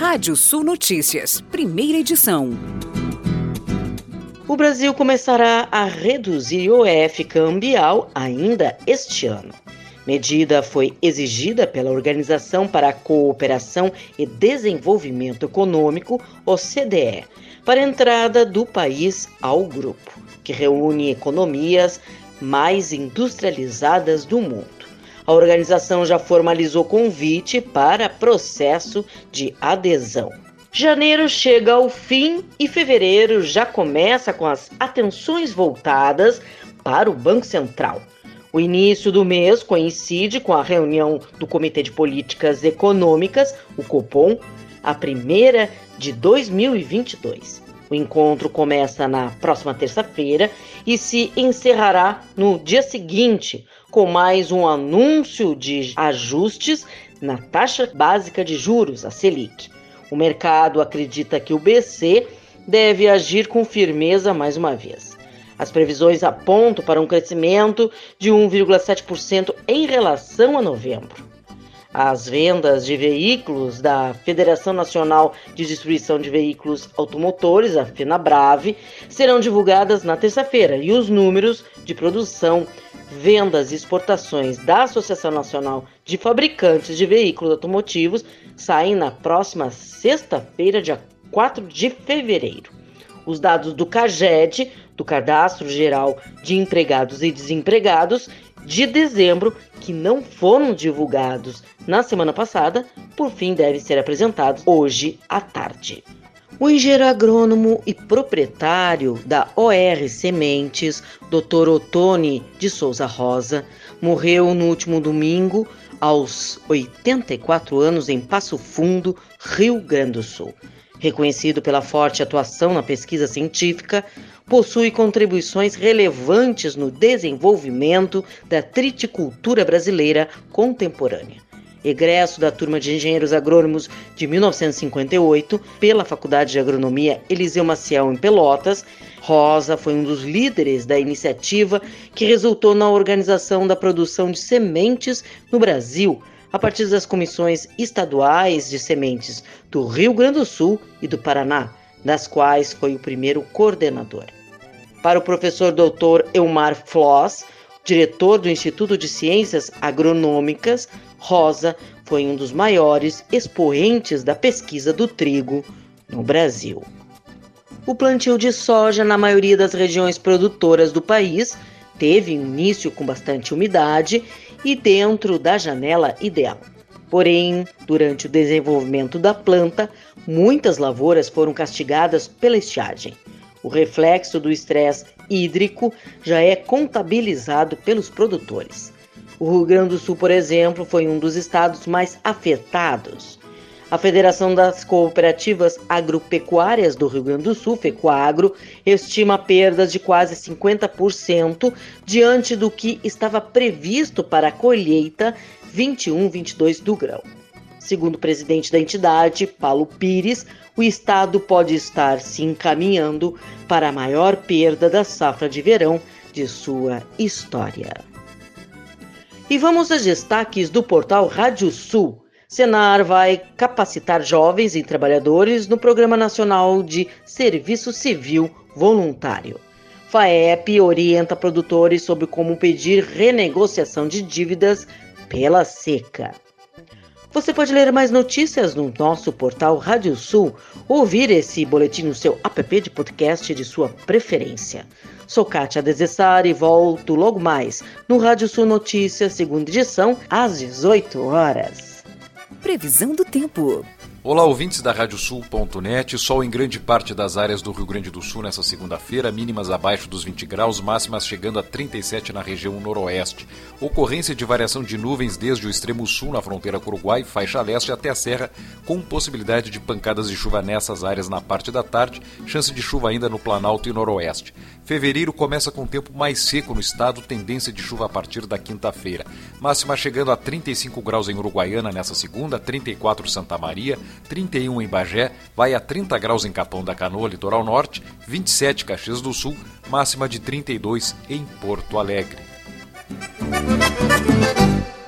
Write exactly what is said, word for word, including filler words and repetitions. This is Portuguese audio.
Rádio Sul Notícias, primeira edição. O Brasil começará a reduzir o O F cambial ainda este ano. Medida foi exigida pela Organização para a Cooperação e Desenvolvimento Econômico, O C D E, para a entrada do país ao grupo, que reúne economias mais industrializadas do mundo. A organização já formalizou convite para processo de adesão. Janeiro chega ao fim e fevereiro já começa com as atenções voltadas para o Banco Central. O início do mês coincide com a reunião do Comitê de Políticas Econômicas, o Copom, a primeira de dois mil e vinte e dois. O encontro começa na próxima terça-feira e se encerrará no dia seguinte, com mais um anúncio de ajustes na taxa básica de juros, a Selic. O mercado acredita que o B C deve agir com firmeza mais uma vez. As previsões apontam para um crescimento de um vírgula sete por cento em relação a novembro. As vendas de veículos da Federação Nacional de Distribuição de Veículos Automotores, a FenaBrave, serão divulgadas na terça-feira e os números de produção, vendas e exportações da Associação Nacional de Fabricantes de Veículos Automotivos saem na próxima sexta-feira, dia quatro de fevereiro. Os dados do CAGED, do Cadastro Geral de Empregados e Desempregados, de dezembro, que não foram divulgados na semana passada, por fim devem ser apresentados hoje à tarde. O engenheiro agrônomo e proprietário da O R Sementes, doutor Otone de Souza Rosa, morreu no último domingo, aos oitenta e quatro anos, em Passo Fundo, Rio Grande do Sul. Reconhecido pela forte atuação na pesquisa científica, possui contribuições relevantes no desenvolvimento da triticultura brasileira contemporânea. Egresso da turma de engenheiros agrônomos de mil novecentos e cinquenta e oito pela Faculdade de Agronomia Eliseu Maciel em Pelotas, Rosa foi um dos líderes da iniciativa que resultou na organização da produção de sementes no Brasil, a partir das comissões estaduais de sementes do Rio Grande do Sul e do Paraná, das quais foi o primeiro coordenador. Para o professor doutor Elmar Floss, diretor do Instituto de Ciências Agronômicas, Rosa foi um dos maiores expoentes da pesquisa do trigo no Brasil. O plantio de soja na maioria das regiões produtoras do país teve início com bastante umidade e dentro da janela ideal. Porém, durante o desenvolvimento da planta, muitas lavouras foram castigadas pela estiagem. O reflexo do estresse hídrico já é contabilizado pelos produtores. O Rio Grande do Sul, por exemplo, foi um dos estados mais afetados. A Federação das Cooperativas Agropecuárias do Rio Grande do Sul, FECOAGRO, estima perdas de quase cinquenta por cento diante do que estava previsto para a colheita vinte e um vinte e dois do grão. Segundo o presidente da entidade, Paulo Pires, o estado pode estar se encaminhando para a maior perda da safra de verão de sua história. E vamos aos destaques do portal Rádio Sul. Senar vai capacitar jovens e trabalhadores no Programa Nacional de Serviço Civil Voluntário. FAEP orienta produtores sobre como pedir renegociação de dívidas pela seca. Você pode ler mais notícias no nosso portal Rádio Sul ou ouvir esse boletim no seu app de podcast de sua preferência. Sou Kátia Desessar e volto logo mais no Rádio Sul Notícias, segunda edição, às dezoito horas. Previsão do tempo. Olá, ouvintes da rádio sul ponto net. Sol em grande parte das áreas do Rio Grande do Sul nessa segunda-feira, mínimas abaixo dos vinte graus, máximas chegando a trinta e sete na região noroeste. Ocorrência de variação de nuvens desde o extremo sul, na fronteira com o Uruguai, faixa leste até a serra, com possibilidade de pancadas de chuva nessas áreas na parte da tarde, chance de chuva ainda no Planalto e noroeste. Fevereiro começa com tempo mais seco no estado, tendência de chuva a partir da quinta-feira. Máxima chegando a trinta e cinco graus em Uruguaiana nessa segunda, trinta e quatro em Santa Maria, trinta e um em Bagé, vai a trinta graus em Capão da Canoa, litoral norte, vinte e sete em Caxias do Sul, máxima de trinta e dois em Porto Alegre.